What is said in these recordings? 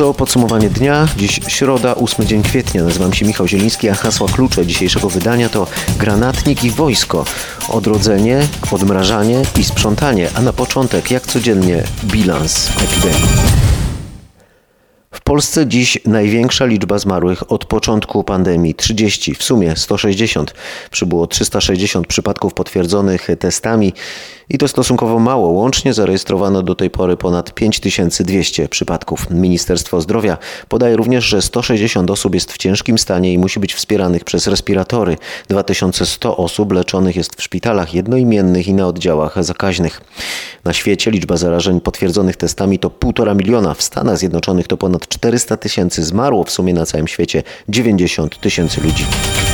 To podsumowanie dnia. Dziś środa, 8 dzień kwietnia. Nazywam się Michał Zieliński, a hasła klucze dzisiejszego wydania to granatnik i wojsko, odrodzenie, odmrażanie i sprzątanie, a na początek, jak codziennie, bilans epidemii. W Polsce dziś największa liczba zmarłych od początku pandemii, 30, w sumie 160. Przybyło 360 przypadków potwierdzonych testami i to stosunkowo mało. Łącznie zarejestrowano do tej pory ponad 5200 przypadków. Ministerstwo Zdrowia podaje również, że 160 osób jest w ciężkim stanie i musi być wspieranych przez respiratory. 2100 osób leczonych jest w szpitalach jednoimiennych i na oddziałach zakaźnych. Na świecie liczba zarażeń potwierdzonych testami to 1,5 miliona. W Stanach Zjednoczonych to ponad 400 tysięcy. Zmarło w sumie na całym świecie 90 tysięcy ludzi.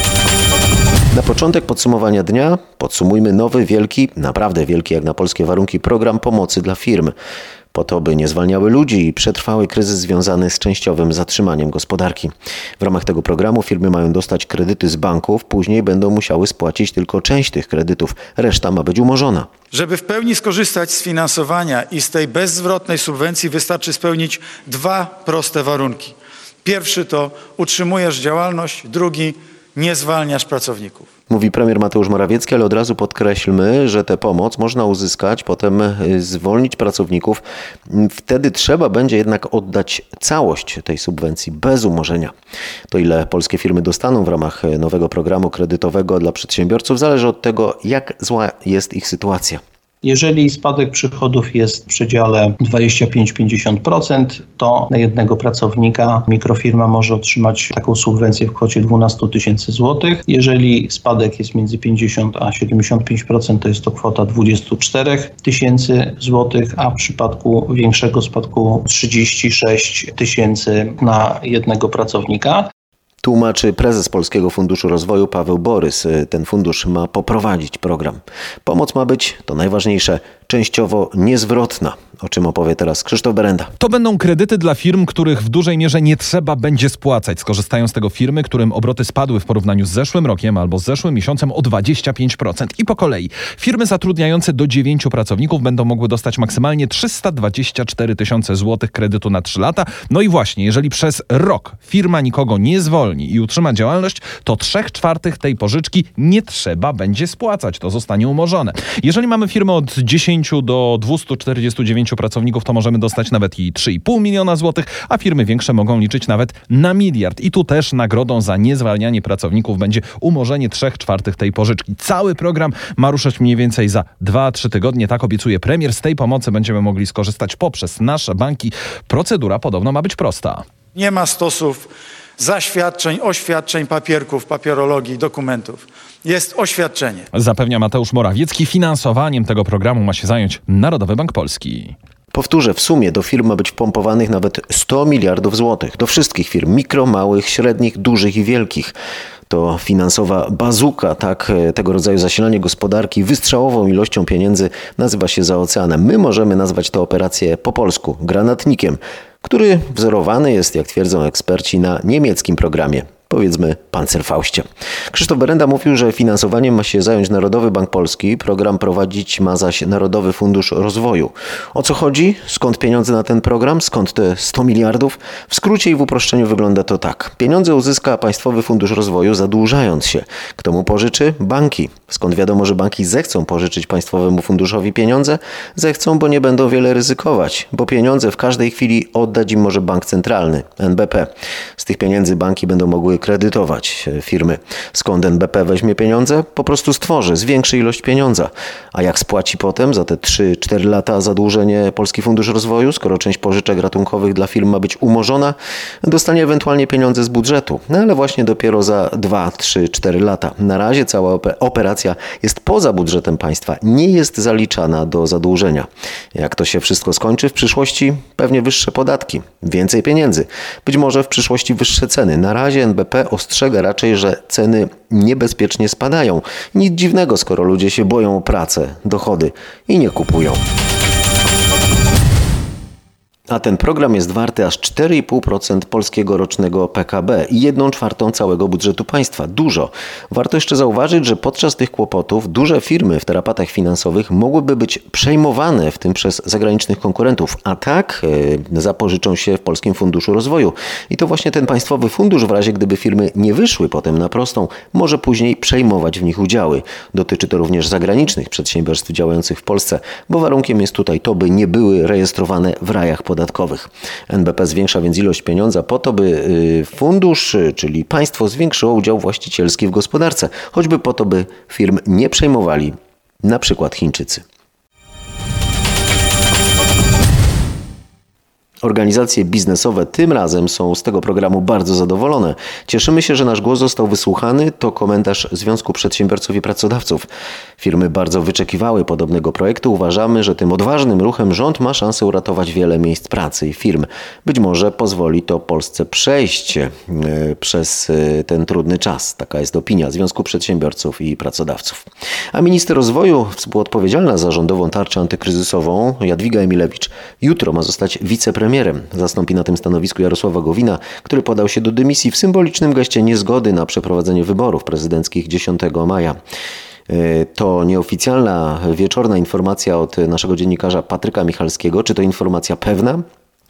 Na początek podsumowania dnia podsumujmy nowy, wielki, naprawdę wielki jak na polskie warunki program pomocy dla firm. Po to, by nie zwalniały ludzi i przetrwały kryzys związany z częściowym zatrzymaniem gospodarki. W ramach tego programu firmy mają dostać kredyty z banków, później będą musiały spłacić tylko część tych kredytów, reszta ma być umorzona. Żeby w pełni skorzystać z finansowania i z tej bezzwrotnej subwencji wystarczy spełnić 2 proste warunki. Pierwszy to utrzymujesz działalność, drugi nie zwalniasz pracowników. Mówi premier Mateusz Morawiecki, ale od razu podkreślmy, że tę pomoc można uzyskać, potem zwolnić pracowników. Wtedy trzeba będzie jednak oddać całość tej subwencji bez umorzenia. To ile polskie firmy dostaną w ramach nowego programu kredytowego dla przedsiębiorców zależy od tego, jak zła jest ich sytuacja. Jeżeli spadek przychodów jest w przedziale 25-50%, to na jednego pracownika mikrofirma może otrzymać taką subwencję w kwocie 12 tysięcy złotych. Jeżeli spadek jest między 50 a 75%, to jest to kwota 24 tysięcy złotych, a w przypadku większego spadku 36 tysięcy na jednego pracownika. Tłumaczy prezes Polskiego Funduszu Rozwoju Paweł Borys. Ten fundusz ma poprowadzić program. Pomoc ma być, to najważniejsze, częściowo niezwrotna. O czym opowie teraz Krzysztof Berenda. To będą kredyty dla firm, których w dużej mierze nie trzeba będzie spłacać. Skorzystają z tego firmy, którym obroty spadły w porównaniu z zeszłym rokiem albo z zeszłym miesiącem o 25%. I po kolei. Firmy zatrudniające do 9 pracowników będą mogły dostać maksymalnie 324 tysiące złotych kredytu na 3 lata. No i właśnie, jeżeli przez rok firma nikogo nie zwolni i utrzyma działalność, to 3/4 tej pożyczki nie trzeba będzie spłacać. To zostanie umorzone. Jeżeli mamy firmę od 10 do 249 pracowników, to możemy dostać nawet i 3,5 miliona złotych, a firmy większe mogą liczyć nawet na 1 miliard. I tu też nagrodą za niezwalnianie pracowników będzie umorzenie 3/4 tej pożyczki. Cały program ma ruszać mniej więcej za 2-3 tygodnie, tak obiecuje premier. Z tej pomocy będziemy mogli skorzystać poprzez nasze banki. Procedura podobno ma być prosta. Nie ma stosów zaświadczeń, oświadczeń, papierków, papierologii, dokumentów. Jest oświadczenie. Zapewnia Mateusz Morawiecki. Finansowaniem tego programu ma się zająć Narodowy Bank Polski. Powtórzę, w sumie do firm ma być wpompowanych nawet 100 miliardów złotych. Do wszystkich firm, mikro, małych, średnich, dużych i wielkich. To finansowa bazuka, tak tego rodzaju zasilanie gospodarki wystrzałową ilością pieniędzy nazywa się za oceanem. My możemy nazwać tę operację po polsku granatnikiem, który wzorowany jest, jak twierdzą eksperci, na niemieckim programie. Powiedzmy Panzerfaustie. Krzysztof Berenda mówił, że finansowaniem ma się zająć Narodowy Bank Polski. Program prowadzić ma zaś Narodowy Fundusz Rozwoju. O co chodzi? Skąd pieniądze na ten program? Skąd te 100 miliardów? W skrócie i w uproszczeniu wygląda to tak. Pieniądze uzyska Państwowy Fundusz Rozwoju zadłużając się. Kto mu pożyczy? Banki. Skąd wiadomo, że banki zechcą pożyczyć Państwowemu Funduszowi pieniądze? Zechcą, bo nie będą wiele ryzykować. Bo pieniądze w każdej chwili oddać im może Bank Centralny, NBP. Z tych pieniędzy banki będą mogły kredytować firmy. Skąd NBP weźmie pieniądze? Po prostu stworzy, zwiększy ilość pieniądza. A jak spłaci potem za te 3-4 lata zadłużenie Polski Fundusz Rozwoju, skoro część pożyczek ratunkowych dla firm ma być umorzona, dostanie ewentualnie pieniądze z budżetu. No ale właśnie dopiero za 2-3-4 lata. Na razie cała operacja jest poza budżetem państwa, nie jest zaliczana do zadłużenia. Jak to się wszystko skończy w przyszłości? Pewnie wyższe podatki, więcej pieniędzy, być może w przyszłości wyższe ceny. Na razie NBP ostrzega raczej, że ceny niebezpiecznie spadają. Nic dziwnego, skoro ludzie się boją o pracę, dochody i nie kupują. A ten program jest warty aż 4,5% polskiego rocznego PKB i 1/4 całego budżetu państwa. Dużo. Warto jeszcze zauważyć, że podczas tych kłopotów duże firmy w tarapatach finansowych mogłyby być przejmowane, w tym przez zagranicznych konkurentów, a tak zapożyczą się w Polskim Funduszu Rozwoju. I to właśnie ten państwowy fundusz, w razie gdyby firmy nie wyszły potem na prostą, może później przejmować w nich udziały. Dotyczy to również zagranicznych przedsiębiorstw działających w Polsce, bo warunkiem jest tutaj to, by nie były rejestrowane w rajach podatkowych. NBP zwiększa więc ilość pieniądza po to, by fundusz, czyli państwo, zwiększyło udział właścicielski w gospodarce, choćby po to, by firm nie przejmowali na przykład Chińczycy. Organizacje biznesowe tym razem są z tego programu bardzo zadowolone. Cieszymy się, że nasz głos został wysłuchany. To komentarz Związku Przedsiębiorców i Pracodawców. Firmy bardzo wyczekiwały podobnego projektu. Uważamy, że tym odważnym ruchem rząd ma szansę uratować wiele miejsc pracy i firm. Być może pozwoli to Polsce przejść przez ten trudny czas. Taka jest opinia Związku Przedsiębiorców i Pracodawców. A minister rozwoju, współodpowiedzialna za rządową tarczę antykryzysową, Jadwiga Emilewicz, jutro ma zostać wicepremierem. Zastąpi na tym stanowisku Jarosława Gowina, który podał się do dymisji w symbolicznym geście niezgody na przeprowadzenie wyborów prezydenckich 10 maja. To nieoficjalna wieczorna informacja od naszego dziennikarza Patryka Michalskiego. Czy to informacja pewna?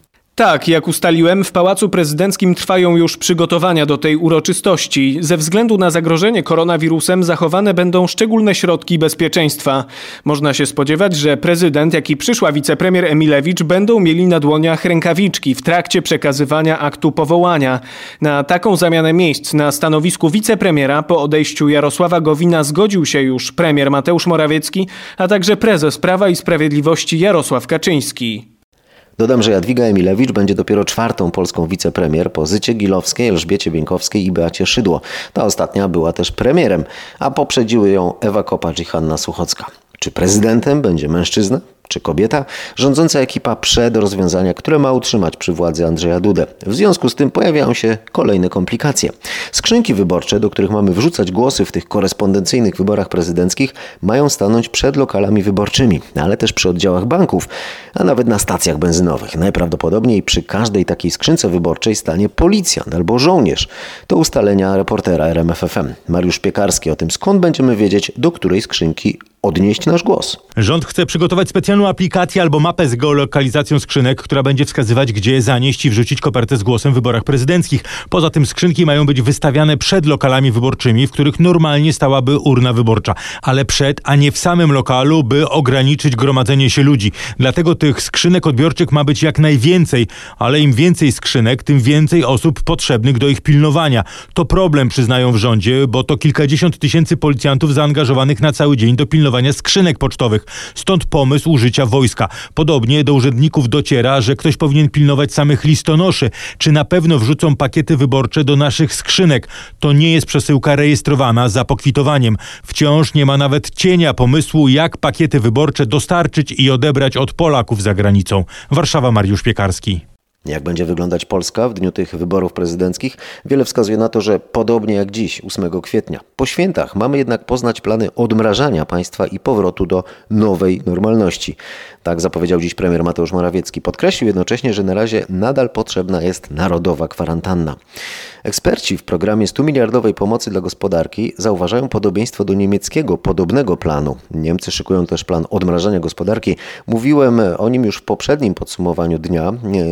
Tak, jak ustaliłem, w Pałacu Prezydenckim trwają już przygotowania do tej uroczystości. Ze względu na zagrożenie koronawirusem zachowane będą szczególne środki bezpieczeństwa. Można się spodziewać, że prezydent, jak i przyszła wicepremier Emilewicz będą mieli na dłoniach rękawiczki w trakcie przekazywania aktu powołania. Na taką zamianę miejsc na stanowisku wicepremiera po odejściu Jarosława Gowina zgodził się już premier Mateusz Morawiecki, a także prezes Prawa i Sprawiedliwości Jarosław Kaczyński. Dodam, że Jadwiga Emilewicz będzie dopiero 4. polską wicepremier po Zycie Gilowskiej, Elżbiecie Bieńkowskiej i Beacie Szydło. Ta ostatnia była też premierem, a poprzedziły ją Ewa Kopacz i Hanna Suchocka. Czy prezydentem będzie mężczyzna? Czy kobieta? Rządząca ekipa prze do rozwiązania, które ma utrzymać przy władzy Andrzeja Dudę. W związku z tym pojawiają się kolejne komplikacje. Skrzynki wyborcze, do których mamy wrzucać głosy w tych korespondencyjnych wyborach prezydenckich, mają stanąć przed lokalami wyborczymi, ale też przy oddziałach banków, a nawet na stacjach benzynowych. Najprawdopodobniej przy każdej takiej skrzynce wyborczej stanie policjant albo żołnierz. To ustalenia reportera RMFFM. Mariusz Piekarski o tym, skąd będziemy wiedzieć, do której skrzynki odnieść nasz głos. Rząd chce przygotować specjalną aplikację albo mapę z geolokalizacją skrzynek, która będzie wskazywać, gdzie zanieść i wrzucić kopertę z głosem w wyborach prezydenckich. Poza tym skrzynki mają być wystawiane przed lokalami wyborczymi, w których normalnie stałaby urna wyborcza. Ale przed, a nie w samym lokalu, by ograniczyć gromadzenie się ludzi. Dlatego tych skrzynek odbiorczych ma być jak najwięcej, ale im więcej skrzynek, tym więcej osób potrzebnych do ich pilnowania. To problem, przyznają w rządzie, bo to kilkadziesiąt tysięcy policjantów zaangażowanych na cały dzień do pilnowania skrzynek pocztowych. Stąd pomysł użycia wojska. Podobnie do urzędników dociera, że ktoś powinien pilnować samych listonoszy. Czy na pewno wrzucą pakiety wyborcze do naszych skrzynek? To nie jest przesyłka rejestrowana za pokwitowaniem. Wciąż nie ma nawet cienia pomysłu, jak pakiety wyborcze dostarczyć i odebrać od Polaków za granicą. Warszawa, Mariusz Piekarski. Jak będzie wyglądać Polska w dniu tych wyborów prezydenckich? Wiele wskazuje na to, że podobnie jak dziś, 8 kwietnia. Po świętach mamy jednak poznać plany odmrażania państwa i powrotu do nowej normalności. Tak zapowiedział dziś premier Mateusz Morawiecki. Podkreślił jednocześnie, że na razie nadal potrzebna jest narodowa kwarantanna. Eksperci w programie 100-miliardowej pomocy dla gospodarki zauważają podobieństwo do niemieckiego podobnego planu. Niemcy szykują też plan odmrażania gospodarki. Mówiłem o nim już w poprzednim podsumowaniu dnia.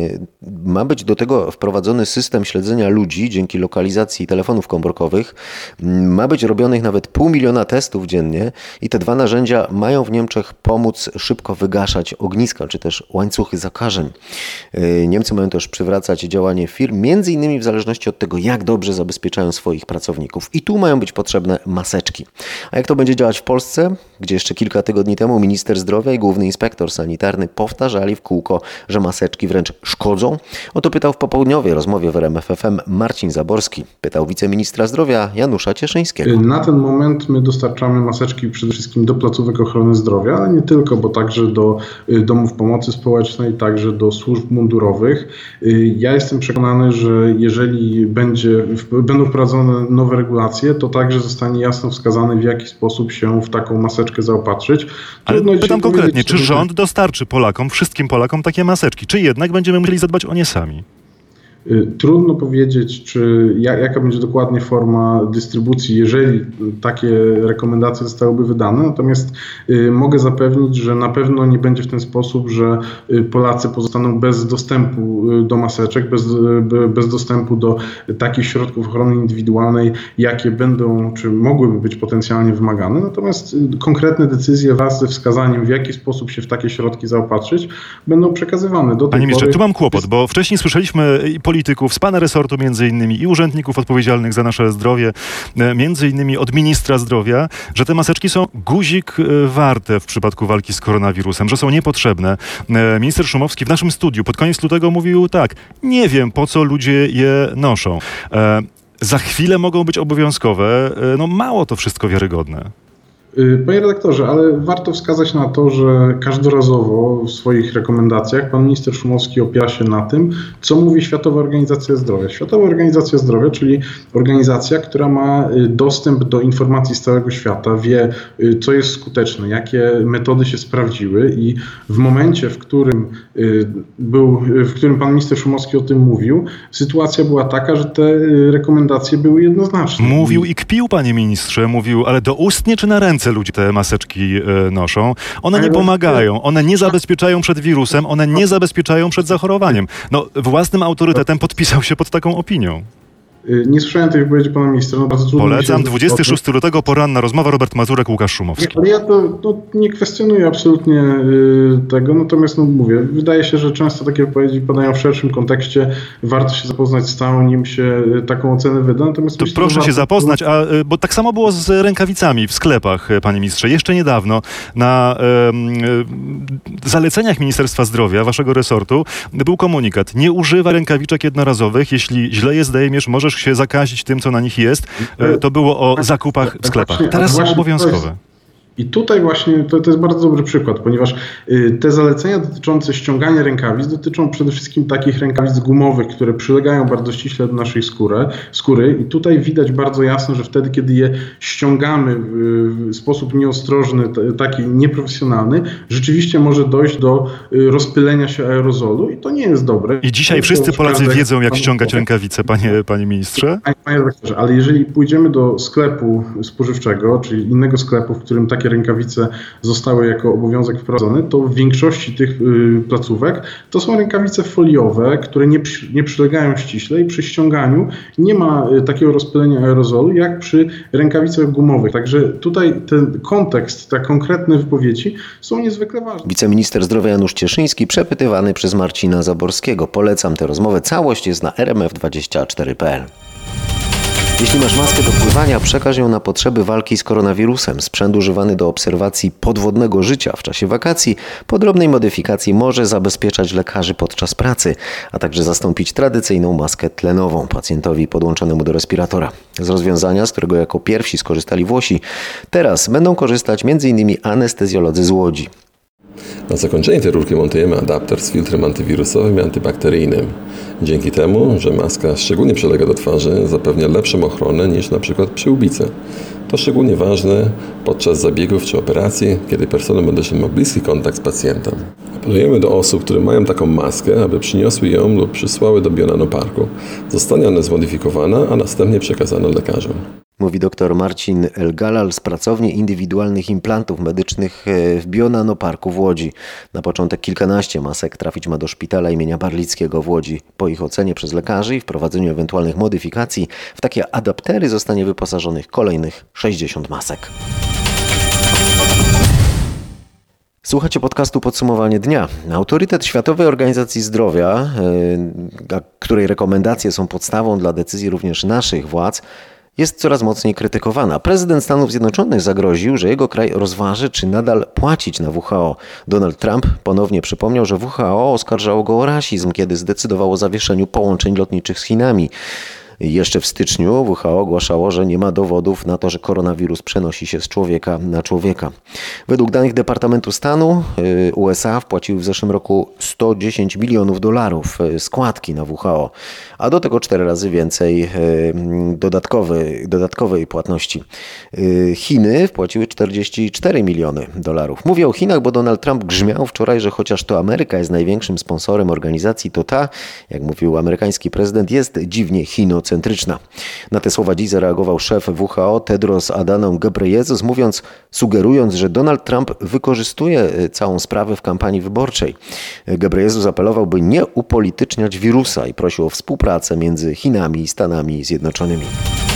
Ma być do tego wprowadzony system śledzenia ludzi dzięki lokalizacji telefonów komórkowych. Ma być robionych nawet 500 000 testów dziennie i te dwa narzędzia mają w Niemczech pomóc szybko wygaszać ogniska czy też łańcuchy zakażeń. Niemcy mają też przywracać działanie firm, między innymi w zależności od tego, jak dobrze zabezpieczają swoich pracowników. I tu mają być potrzebne maseczki. A jak to będzie działać w Polsce, gdzie jeszcze kilka tygodni temu minister zdrowia i główny inspektor sanitarny powtarzali w kółko, że maseczki wręcz szkodzą budzą? O to pytał w popołudniowej rozmowie w RMF FM Marcin Zaborski. Pytał wiceministra zdrowia Janusza Cieszyńskiego. Na ten moment my dostarczamy maseczki przede wszystkim do placówek ochrony zdrowia, ale nie tylko, bo także do domów pomocy społecznej, także do służb mundurowych. Ja jestem przekonany, że jeżeli będą wprowadzone nowe regulacje, to także zostanie jasno wskazane, w jaki sposób się w taką maseczkę zaopatrzyć. Ale pytam konkretnie, czy rząd dostarczy Polakom, wszystkim Polakom takie maseczki, czy jednak będziemy musieli zadbać o nie sami? Trudno powiedzieć, jaka będzie dokładnie forma dystrybucji, jeżeli takie rekomendacje zostałyby wydane. Natomiast mogę zapewnić, że na pewno nie będzie w ten sposób, że Polacy pozostaną bez dostępu do maseczek, bez dostępu do takich środków ochrony indywidualnej, jakie będą, czy mogłyby być potencjalnie wymagane. Natomiast konkretne decyzje wraz ze wskazaniem, w jaki sposób się w takie środki zaopatrzyć, będą przekazywane. Panie ministrze, tu mam kłopot, bo wcześniej słyszeliśmy polityków z pana resortu między innymi i urzędników odpowiedzialnych za nasze zdrowie, między innymi od ministra zdrowia, że te maseczki są guzik warte w przypadku walki z koronawirusem, że są niepotrzebne. Minister Szumowski w naszym studiu pod koniec lutego mówił tak: nie wiem, po co ludzie je noszą. Za chwilę mogą być obowiązkowe. No mało to wszystko wiarygodne. Panie redaktorze, ale warto wskazać na to, że każdorazowo w swoich rekomendacjach pan minister Szumowski opiera się na tym, co mówi Światowa Organizacja Zdrowia. Światowa Organizacja Zdrowia, czyli organizacja, która ma dostęp do informacji z całego świata, wie, co jest skuteczne, jakie metody się sprawdziły i w momencie, w którym pan minister Szumowski o tym mówił, sytuacja była taka, że te rekomendacje były jednoznaczne. Mówił i kpił, panie ministrze, mówił, ale doustnie czy na ręce ludzie te maseczki noszą. One nie pomagają, one nie zabezpieczają przed wirusem, one nie zabezpieczają przed zachorowaniem. No, własnym autorytetem podpisał się pod taką opinią. Nie słyszałem tej wypowiedzi pana ministra. No, bardzo polecam, 26 lutego, poranna rozmowa, Robert Mazurek, Łukasz Szumowski. Ale ja to nie kwestionuję absolutnie tego, natomiast mówię, wydaje się, że często takie wypowiedzi padają w szerszym kontekście. Warto się zapoznać z całą, nim się taką ocenę wyda. Natomiast to myślę, proszę się zapoznać, bo tak samo było z rękawicami w sklepach, panie ministrze. Jeszcze niedawno na zaleceniach Ministerstwa Zdrowia, waszego resortu, był komunikat: nie używaj rękawiczek jednorazowych, jeśli źle je zdejmiesz, możesz się zakazić tym, co na nich jest. To było o zakupach w sklepach. Teraz są obowiązkowe. I tutaj właśnie to jest bardzo dobry przykład, ponieważ te zalecenia dotyczące ściągania rękawic dotyczą przede wszystkim takich rękawic gumowych, które przylegają bardzo ściśle do naszej skóry i tutaj widać bardzo jasno, że wtedy, kiedy je ściągamy w sposób nieostrożny, taki nieprofesjonalny, rzeczywiście może dojść do rozpylenia się aerozolu i to nie jest dobre. I dzisiaj wszyscy Polacy wiedzą, jak ściągać rękawice, panie ministrze? Panie redaktorze, ale jeżeli pójdziemy do sklepu spożywczego, czyli innego sklepu, w którym takie rękawice zostały jako obowiązek wprowadzone, to w większości tych placówek to są rękawice foliowe, które nie przylegają ściśle i przy ściąganiu nie ma takiego rozpylenia aerozolu jak przy rękawicach gumowych. Także tutaj ten kontekst, te konkretne wypowiedzi są niezwykle ważne. Wiceminister zdrowia Janusz Cieszyński przepytywany przez Marcina Zaborskiego. Polecam tę rozmowę. Całość jest na rmf24.pl. Jeśli masz maskę do pływania, przekaż ją na potrzeby walki z koronawirusem. Sprzęt używany do obserwacji podwodnego życia w czasie wakacji po drobnej modyfikacji może zabezpieczać lekarzy podczas pracy, a także zastąpić tradycyjną maskę tlenową pacjentowi podłączonemu do respiratora. Z rozwiązania, z którego jako pierwsi skorzystali Włosi, teraz będą korzystać m.in. anestezjolodzy z Łodzi. Na zakończenie tej rurki montujemy adapter z filtrem antywirusowym i antybakteryjnym. Dzięki temu, że maska szczególnie przylega do twarzy, zapewnia lepszą ochronę niż na przykład przyłbice. To szczególnie ważne podczas zabiegów czy operacji, kiedy personel medyczny ma bliski kontakt z pacjentem. Apelujemy do osób, które mają taką maskę, aby przyniosły ją lub przysłały do Bionanoparku. Zostanie ona zmodyfikowana, a następnie przekazana lekarzom. Mówi dr Marcin El-Galal z pracowni indywidualnych implantów medycznych w Bionanoparku w Łodzi. Na początek kilkanaście masek trafić ma do szpitala imienia Barlickiego w Łodzi. Po ich ocenie przez lekarzy i wprowadzeniu ewentualnych modyfikacji w takie adaptery zostanie wyposażonych kolejnych 60 masek. Słuchacie podcastu Podsumowanie Dnia. Autorytet Światowej Organizacji Zdrowia, której rekomendacje są podstawą dla decyzji również naszych władz, jest coraz mocniej krytykowana. Prezydent Stanów Zjednoczonych zagroził, że jego kraj rozważy, czy nadal płacić na WHO. Donald Trump ponownie przypomniał, że WHO oskarżało go o rasizm, kiedy zdecydowało o zawieszeniu połączeń lotniczych z Chinami. Jeszcze w styczniu WHO ogłaszało, że nie ma dowodów na to, że koronawirus przenosi się z człowieka na człowieka. Według danych Departamentu Stanu USA wpłaciły w zeszłym roku $110 milionów składki na WHO, a do tego 4 razy więcej dodatkowej płatności. Chiny wpłaciły $44 miliony. Mówię o Chinach, bo Donald Trump grzmiał wczoraj, że chociaż to Ameryka jest największym sponsorem organizacji, to ta, jak mówił amerykański prezydent, jest dziwnie chinocentryczna. Na te słowa dziś zareagował szef WHO Tedros Adhanom Ghebreyesus, sugerując, że Donald Trump wykorzystuje całą sprawę w kampanii wyborczej. Ghebreyesus apelował, by nie upolityczniać wirusa i prosił o współpracę między Chinami i Stanami Zjednoczonymi.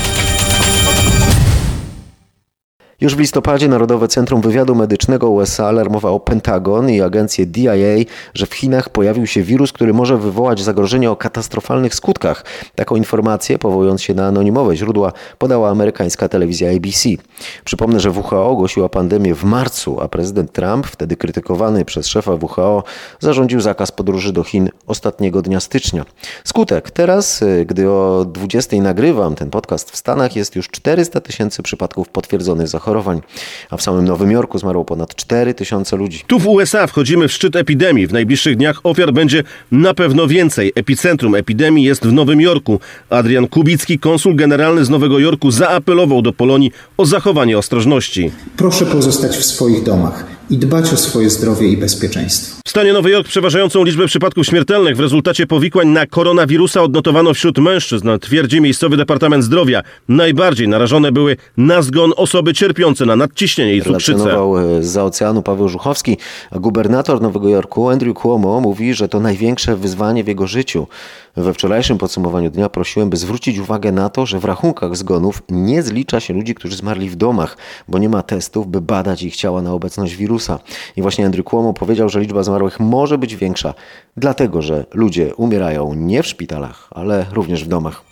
Już w listopadzie Narodowe Centrum Wywiadu Medycznego USA alarmowało Pentagon i agencję DIA, że w Chinach pojawił się wirus, który może wywołać zagrożenie o katastrofalnych skutkach. Taką informację, powołując się na anonimowe źródła, podała amerykańska telewizja ABC. Przypomnę, że WHO ogłosiła pandemię w marcu, a prezydent Trump, wtedy krytykowany przez szefa WHO, zarządził zakaz podróży do Chin ostatniego dnia stycznia. Skutek: teraz, gdy o 20:00 nagrywam ten podcast, w Stanach jest już 400 000 przypadków potwierdzonych zachorowań, a w samym Nowym Jorku zmarło ponad 4000 ludzi. Tu w USA wchodzimy w szczyt epidemii. W najbliższych dniach ofiar będzie na pewno więcej. Epicentrum epidemii jest w Nowym Jorku. Adrian Kubicki, konsul generalny z Nowego Jorku, zaapelował do Polonii o zachowanie ostrożności. Proszę pozostać w swoich domach i dbać o swoje zdrowie i bezpieczeństwo. W stanie Nowy Jork przeważającą liczbę przypadków śmiertelnych w rezultacie powikłań na koronawirusa odnotowano wśród mężczyzn, twierdzi miejscowy Departament Zdrowia. Najbardziej narażone były na zgon osoby cierpiące na nadciśnienie i cukrzycę. Relacjonował zza oceanu Paweł Żuchowski, a gubernator Nowego Jorku Andrew Cuomo mówi, że to największe wyzwanie w jego życiu. We wczorajszym podsumowaniu dnia prosiłem, by zwrócić uwagę na to, że w rachunkach zgonów nie zlicza się ludzi, którzy zmarli w domach, bo nie ma testów, by badać ich ciała na obecność wirusa. I właśnie Andrew Cuomo powiedział, że liczba zmarłych może być większa, dlatego że ludzie umierają nie w szpitalach, ale również w domach.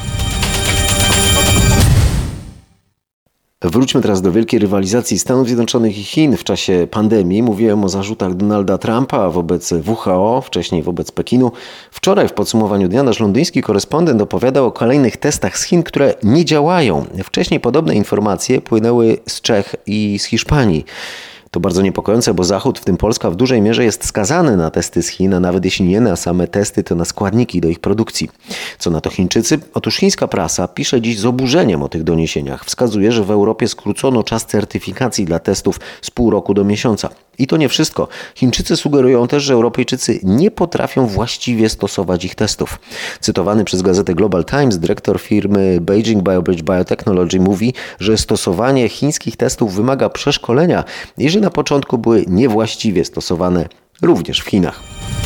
Wróćmy teraz do wielkiej rywalizacji Stanów Zjednoczonych i Chin w czasie pandemii. Mówiłem o zarzutach Donalda Trumpa wobec WHO, wcześniej wobec Pekinu. Wczoraj w podsumowaniu dnia nasz londyński korespondent opowiadał o kolejnych testach z Chin, które nie działają. Wcześniej podobne informacje płynęły z Czech i z Hiszpanii. To bardzo niepokojące, bo Zachód, w tym Polska, w dużej mierze jest skazany na testy z Chin, a nawet jeśli nie na same testy, to na składniki do ich produkcji. Co na to Chińczycy? Otóż chińska prasa pisze dziś z oburzeniem o tych doniesieniach. Wskazuje, że w Europie skrócono czas certyfikacji dla testów z pół roku do miesiąca. I to nie wszystko. Chińczycy sugerują też, że Europejczycy nie potrafią właściwie stosować ich testów. Cytowany przez gazetę Global Times dyrektor firmy Beijing BioBridge Biotechnology mówi, że stosowanie chińskich testów wymaga przeszkolenia i że na początku były niewłaściwie stosowane również w Chinach.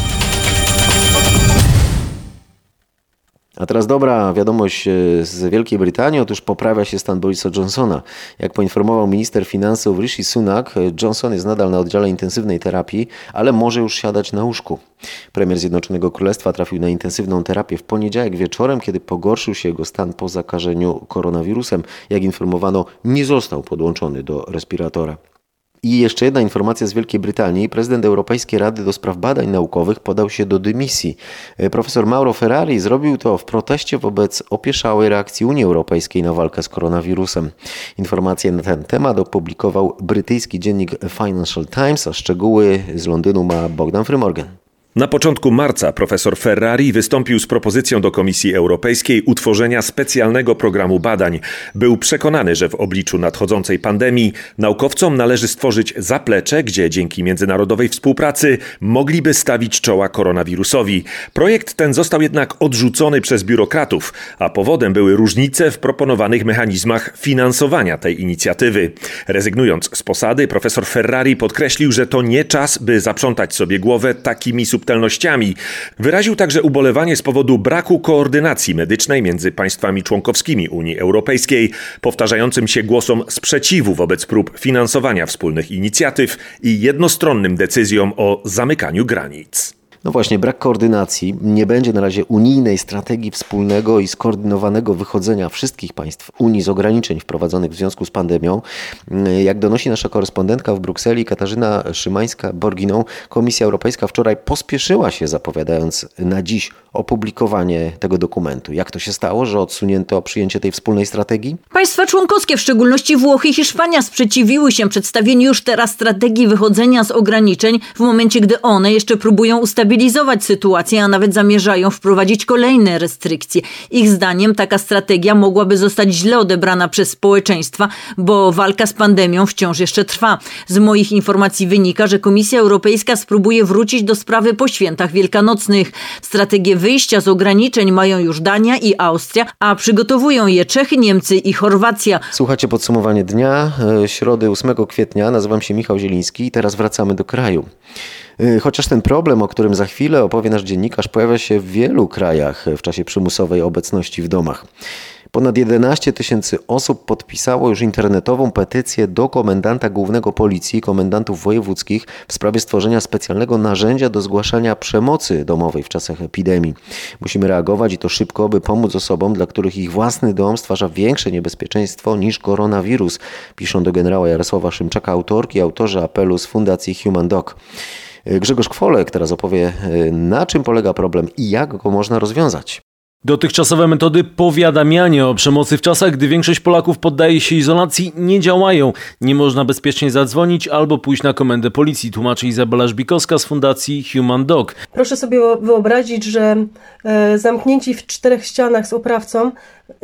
A teraz dobra wiadomość z Wielkiej Brytanii. Otóż poprawia się stan Borisa Johnsona. Jak poinformował minister finansów Rishi Sunak, Johnson jest nadal na oddziale intensywnej terapii, ale może już siadać na łóżku. Premier Zjednoczonego Królestwa trafił na intensywną terapię w poniedziałek wieczorem, kiedy pogorszył się jego stan po zakażeniu koronawirusem. Jak informowano, nie został podłączony do respiratora. I jeszcze jedna informacja z Wielkiej Brytanii. Prezydent Europejskiej Rady do Spraw Badań Naukowych podał się do dymisji. Profesor Mauro Ferrari zrobił to w proteście wobec opieszałej reakcji Unii Europejskiej na walkę z koronawirusem. Informacje na ten temat opublikował brytyjski dziennik Financial Times, a szczegóły z Londynu ma Bogdan Frymorgan. Na początku marca profesor Ferrari wystąpił z propozycją do Komisji Europejskiej utworzenia specjalnego programu badań. Był przekonany, że w obliczu nadchodzącej pandemii naukowcom należy stworzyć zaplecze, gdzie dzięki międzynarodowej współpracy mogliby stawić czoła koronawirusowi. Projekt ten został jednak odrzucony przez biurokratów, a powodem były różnice w proponowanych mechanizmach finansowania tej inicjatywy. Rezygnując z posady, profesor Ferrari podkreślił, że to nie czas, by zaprzątać sobie głowę takimi subtelnościami. Wyraził także ubolewanie z powodu braku koordynacji medycznej między państwami członkowskimi Unii Europejskiej, powtarzającym się głosom sprzeciwu wobec prób finansowania wspólnych inicjatyw i jednostronnym decyzjom o zamykaniu granic. No właśnie, brak koordynacji. Nie będzie na razie unijnej strategii wspólnego i skoordynowanego wychodzenia wszystkich państw Unii z ograniczeń wprowadzonych w związku z pandemią. Jak donosi nasza korespondentka w Brukseli Katarzyna Szymańska-Borginą, Komisja Europejska wczoraj pospieszyła się, zapowiadając na dziś opublikowanie tego dokumentu. Jak to się stało, że odsunięto przyjęcie tej wspólnej strategii? Państwa członkowskie, w szczególności Włochy i Hiszpania, sprzeciwiły się przedstawieniu już teraz strategii wychodzenia z ograniczeń w momencie, gdy one jeszcze próbują ustabilizować sytuację, a nawet zamierzają wprowadzić kolejne restrykcje. Ich zdaniem taka strategia mogłaby zostać źle odebrana przez społeczeństwa, bo walka z pandemią wciąż jeszcze trwa. Z moich informacji wynika, że Komisja Europejska spróbuje wrócić do sprawy po świętach wielkanocnych. Strategię wyjścia z ograniczeń mają już Dania i Austria, a przygotowują je Czechy, Niemcy i Chorwacja. Słuchacie podsumowanie dnia, środy 8 kwietnia. Nazywam się Michał Zieliński i teraz wracamy do kraju. Chociaż ten problem, o którym za chwilę opowie nasz dziennikarz, pojawia się w wielu krajach w czasie przymusowej obecności w domach. Ponad 11 tysięcy osób podpisało już internetową petycję do komendanta głównego policji, komendantów wojewódzkich w sprawie stworzenia specjalnego narzędzia do zgłaszania przemocy domowej w czasach epidemii. Musimy reagować i to szybko, by pomóc osobom, dla których ich własny dom stwarza większe niebezpieczeństwo niż koronawirus, piszą do generała Jarosława Szymczaka autorki i autorzy apelu z Fundacji Human Dog. Grzegorz Kwolek teraz opowie, na czym polega problem i jak go można rozwiązać. Dotychczasowe metody powiadamiania o przemocy w czasach, gdy większość Polaków poddaje się izolacji, nie działają. Nie można bezpiecznie zadzwonić albo pójść na komendę policji, tłumaczy Izabela Żbikowska z Fundacji Human Dog. Proszę sobie wyobrazić, że zamknięci w 4 ścianach z oprawcą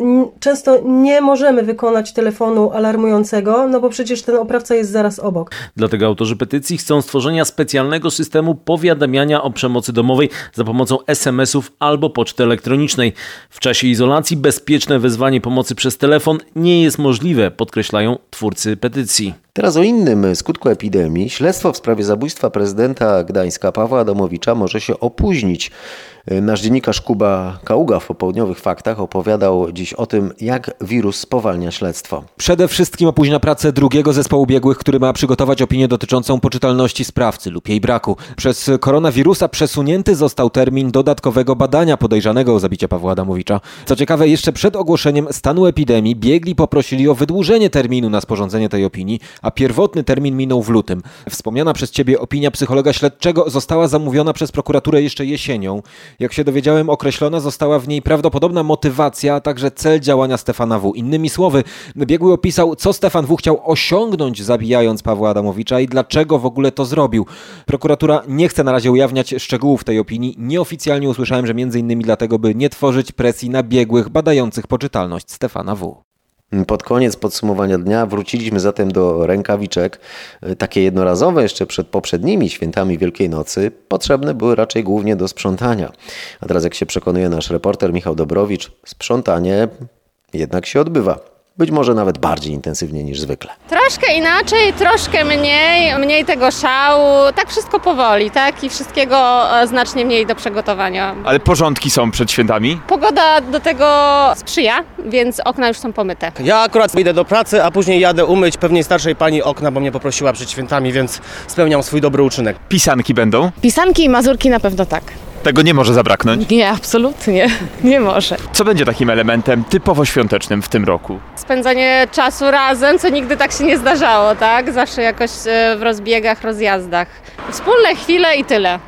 często nie możemy wykonać telefonu alarmującego, no bo przecież ten oprawca jest zaraz obok. Dlatego autorzy petycji chcą stworzenia specjalnego systemu powiadamiania o przemocy domowej za pomocą SMS-ów albo poczty elektronicznej. W czasie izolacji bezpieczne wezwanie pomocy przez telefon nie jest możliwe, podkreślają twórcy petycji. Teraz o innym skutku epidemii. Śledztwo w sprawie zabójstwa prezydenta Gdańska Pawła Adamowicza może się opóźnić. Nasz dziennikarz Kuba Kaługa w Popołudniowych Faktach opowiadał dziś o tym, jak wirus spowalnia śledztwo. Przede wszystkim opóźnia pracę drugiego zespołu biegłych, który ma przygotować opinię dotyczącą poczytalności sprawcy lub jej braku. Przez koronawirusa przesunięty został termin dodatkowego badania podejrzanego o zabicie Pawła Adamowicza. Co ciekawe, jeszcze przed ogłoszeniem stanu epidemii biegli poprosili o wydłużenie terminu na sporządzenie tej opinii, a pierwotny termin minął w lutym. Wspomniana przez ciebie opinia psychologa śledczego została zamówiona przez prokuraturę jeszcze jesienią. Jak się dowiedziałem, określona została w niej prawdopodobna motywacja, a także cel działania Stefana W. Innymi słowy, biegły opisał, co Stefan W. chciał osiągnąć, zabijając Pawła Adamowicza i dlaczego w ogóle to zrobił. Prokuratura nie chce na razie ujawniać szczegółów tej opinii. Nieoficjalnie usłyszałem, że m.in. dlatego, by nie tworzyć presji na biegłych badających poczytalność Stefana W. Pod koniec podsumowania dnia wróciliśmy zatem do rękawiczek. Takie jednorazowe jeszcze przed poprzednimi świętami Wielkiej Nocy potrzebne były raczej głównie do sprzątania. A teraz, jak się przekonuje nasz reporter Michał Dobrowicz, sprzątanie jednak się odbywa. Być może nawet bardziej intensywnie niż zwykle. Troszkę inaczej, troszkę mniej tego szału, tak wszystko powoli, tak? I wszystkiego znacznie mniej do przygotowania. Ale porządki są przed świętami? Pogoda do tego sprzyja, więc okna już są pomyte. Ja akurat idę do pracy, a później jadę umyć pewnej starszej pani okna, bo mnie poprosiła przed świętami, więc spełniam swój dobry uczynek. Pisanki będą? Pisanki i mazurki na pewno tak. Tego nie może zabraknąć? Nie, absolutnie. Nie może. Co będzie takim elementem typowo świątecznym w tym roku? Spędzanie czasu razem, co nigdy tak się nie zdarzało, tak? Zawsze jakoś w rozbiegach, rozjazdach. Wspólne chwile i tyle.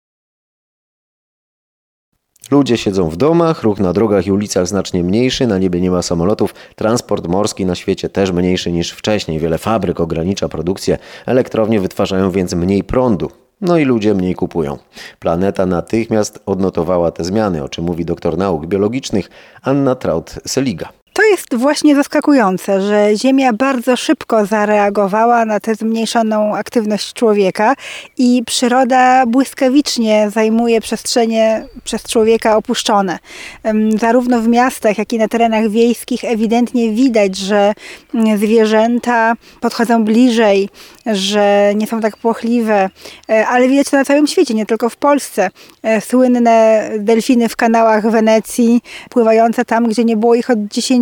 Ludzie siedzą w domach, ruch na drogach i ulicach znacznie mniejszy, na niebie nie ma samolotów, transport morski na świecie też mniejszy niż wcześniej. Wiele fabryk ogranicza produkcję, elektrownie wytwarzają więc mniej prądu. No i ludzie mniej kupują. Planeta natychmiast odnotowała te zmiany, o czym mówi doktor nauk biologicznych Anna Traut-Seliga. To jest właśnie zaskakujące, że Ziemia bardzo szybko zareagowała na tę zmniejszoną aktywność człowieka i przyroda błyskawicznie zajmuje przestrzenie przez człowieka opuszczone. Zarówno w miastach, jak i na terenach wiejskich ewidentnie widać, że zwierzęta podchodzą bliżej, że nie są tak płochliwe, ale widać to na całym świecie, nie tylko w Polsce. Słynne delfiny w kanałach Wenecji, pływające tam, gdzie nie było ich od 10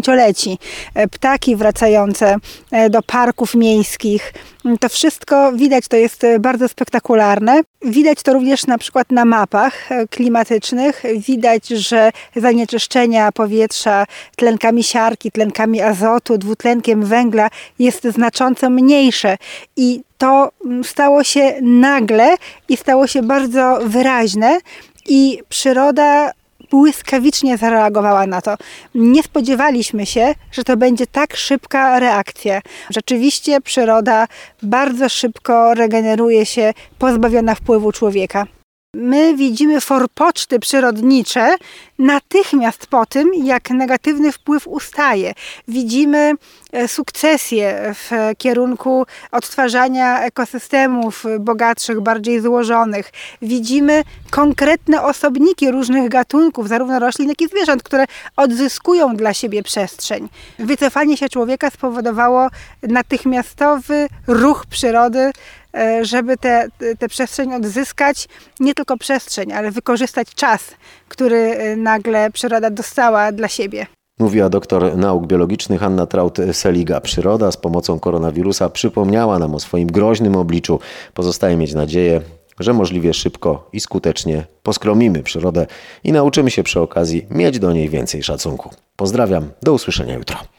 dziesięcioleci. Ptaki wracające do parków miejskich. To wszystko widać, to jest bardzo spektakularne. Widać to również na przykład na mapach klimatycznych. Widać, że zanieczyszczenia powietrza tlenkami siarki, tlenkami azotu, dwutlenkiem węgla jest znacząco mniejsze. I to stało się nagle i stało się bardzo wyraźne i przyroda błyskawicznie zareagowała na to. Nie spodziewaliśmy się, że to będzie tak szybka reakcja. Rzeczywiście przyroda bardzo szybko regeneruje się, pozbawiona wpływu człowieka. My widzimy forpoczty przyrodnicze natychmiast po tym, jak negatywny wpływ ustaje. Widzimy sukcesję w kierunku odtwarzania ekosystemów bogatszych, bardziej złożonych. Widzimy konkretne osobniki różnych gatunków, zarówno roślin, jak i zwierząt, które odzyskują dla siebie przestrzeń. Wycofanie się człowieka spowodowało natychmiastowy ruch przyrody, żeby tę przestrzeń odzyskać, nie tylko przestrzeń, ale wykorzystać czas, który nagle przyroda dostała dla siebie. Mówiła doktor nauk biologicznych Anna Traut-Seliga. Przyroda z pomocą koronawirusa przypomniała nam o swoim groźnym obliczu. Pozostaje mieć nadzieję, że możliwie szybko i skutecznie poskromimy przyrodę i nauczymy się przy okazji mieć do niej więcej szacunku. Pozdrawiam, do usłyszenia jutro.